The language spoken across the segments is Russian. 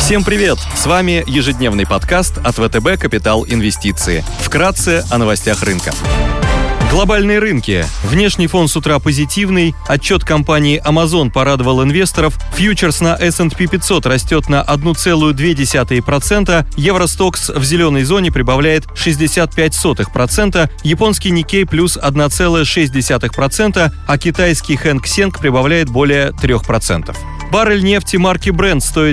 Всем привет! С вами ежедневный подкаст от ВТБ «Капитал Инвестиции». Вкратце о новостях рынка. Глобальные рынки. Внешний фон с утра позитивный. Отчет компании Amazon порадовал инвесторов. Фьючерс на S&P 500 растет на 1,2%. Евростокс в зеленой зоне прибавляет 0,65%. Японский Никкей плюс 1,6%, а китайский Хэнк Сенг прибавляет более 3%. Баррель нефти марки Brent стоит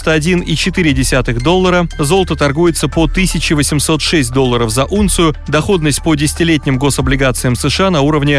$91,4. Золото торгуется по $1806 за унцию. Доходность по десятилетним гособлигациям США на уровне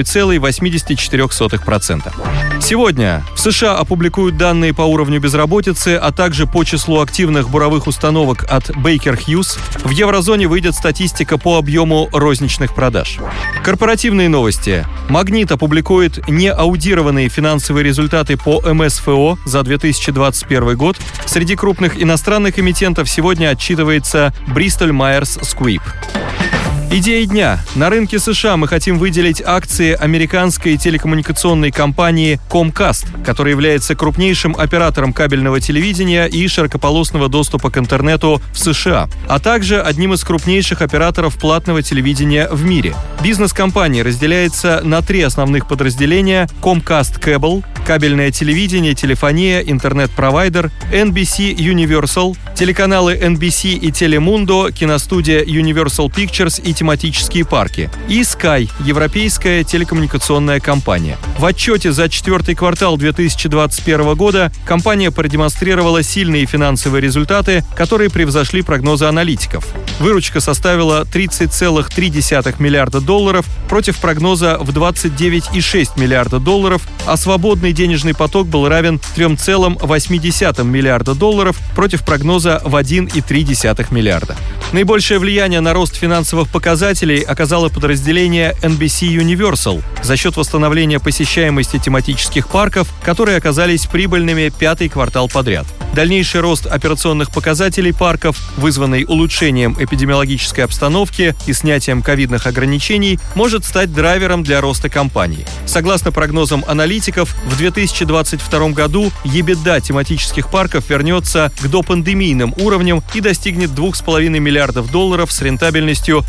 1,84%. Сегодня в США опубликуют данные по уровню безработицы, а также по числу активных буровых установок от Baker Hughes. В еврозоне выйдет статистика по объему розничных продаж. Корпоративные новости. Магнит опубликует неаудированные финансовые результаты по МСФО за 2021 год. Среди крупных иностранных эмитентов сегодня отчитывается Bristol Myers Squibb. Идея дня. На рынке США мы хотим выделить акции американской телекоммуникационной компании Comcast, которая является крупнейшим оператором кабельного телевидения и широкополосного доступа к интернету в США, а также одним из крупнейших операторов платного телевидения в мире. Бизнес компании разделяется на три основных подразделения: Comcast Cable, кабельное телевидение, телефония, интернет-провайдер, NBC Universal, телеканалы NBC и Telemundo, киностудия Universal Pictures и тематические парки, и Sky, европейская телекоммуникационная компания. В отчете за четвертый квартал 2021 года компания продемонстрировала сильные финансовые результаты, которые превзошли прогнозы аналитиков. Выручка составила $30,3 миллиарда против прогноза в $29,6 миллиарда, а свободный денежный поток был равен $3,8 миллиарда против прогноза в $1,3 миллиарда. Наибольшее влияние на рост финансовых показателей оказало подразделение NBC Universal за счет восстановления посещаемости тематических парков, которые оказались прибыльными пятый квартал подряд. Дальнейший рост операционных показателей парков, вызванный улучшением эпидемиологической обстановки и снятием ковидных ограничений, может стать драйвером для роста компании. Согласно прогнозам аналитиков, в 2022 году EBITDA тематических парков вернется к допандемийным уровням и достигнет $2,5 миллиардов с рентабельностью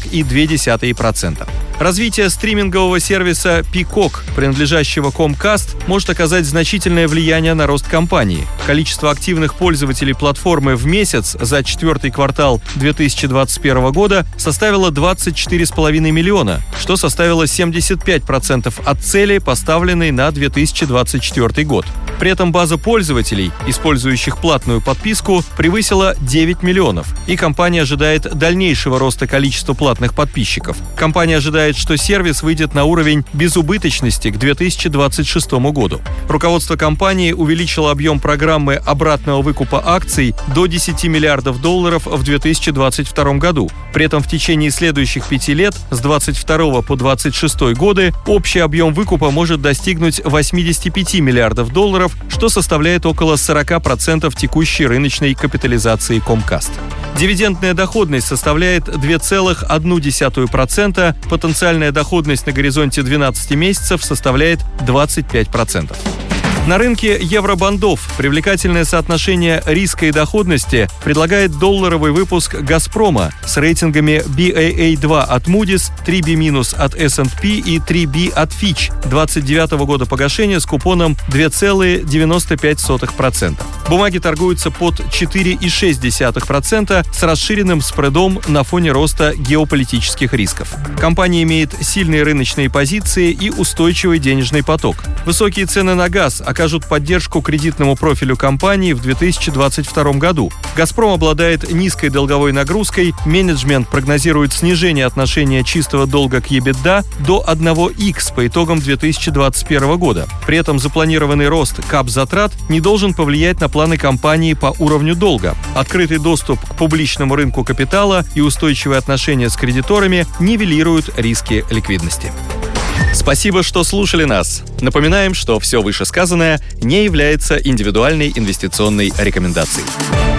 40,2%. Развитие стримингового сервиса Peacock, принадлежащего Comcast, может оказать значительное влияние на рост компании. Количество активных пользователей платформы в месяц за четвертый квартал 2021 года составило 24,5 миллиона, что составило 75% от цели, поставленной на 2024 год. При этом база пользователей, использующих платную подписку, превысила 9 миллионов, и компания ожидает дальнейшего роста количества платных подписчиков. Компания ожидает, что сервис выйдет на уровень безубыточности к 2026 году. Руководство компании увеличило объем программы обратного выкупа акций до $10 миллиардов в 2022 году. При этом в течение следующих 5 лет, с 2022 по 2026 годы, общий объем выкупа может достигнуть $85 миллиардов, что составляет около 40% текущей рыночной капитализации Comcast. Дивидендная доходность составляет 2,1%, потенциальная доходность на горизонте 12 месяцев составляет 25%. На рынке евробондов привлекательное соотношение риска и доходности предлагает долларовый выпуск «Газпрома» с рейтингами Baa2 от Moody's, 3B- от S&P и 3B от Fitch 29 года погашения с купоном 2,95%. Бумаги торгуются под 4,6% с расширенным спредом на фоне роста геополитических рисков. Компания имеет сильные рыночные позиции и устойчивый денежный поток. Высокие цены на газ окажут поддержку кредитному профилю компании в 2022 году. «Газпром» обладает низкой долговой нагрузкой, менеджмент прогнозирует снижение отношения чистого долга к EBITDA до 1х по итогам 2021 года. При этом запланированный рост капзатрат не должен повлиять на планы компании по уровню долга. Открытый доступ к публичному рынку капитала и устойчивые отношения с кредиторами нивелируют риски ликвидности. Спасибо, что слушали нас. Напоминаем, что все вышесказанное не является индивидуальной инвестиционной рекомендацией.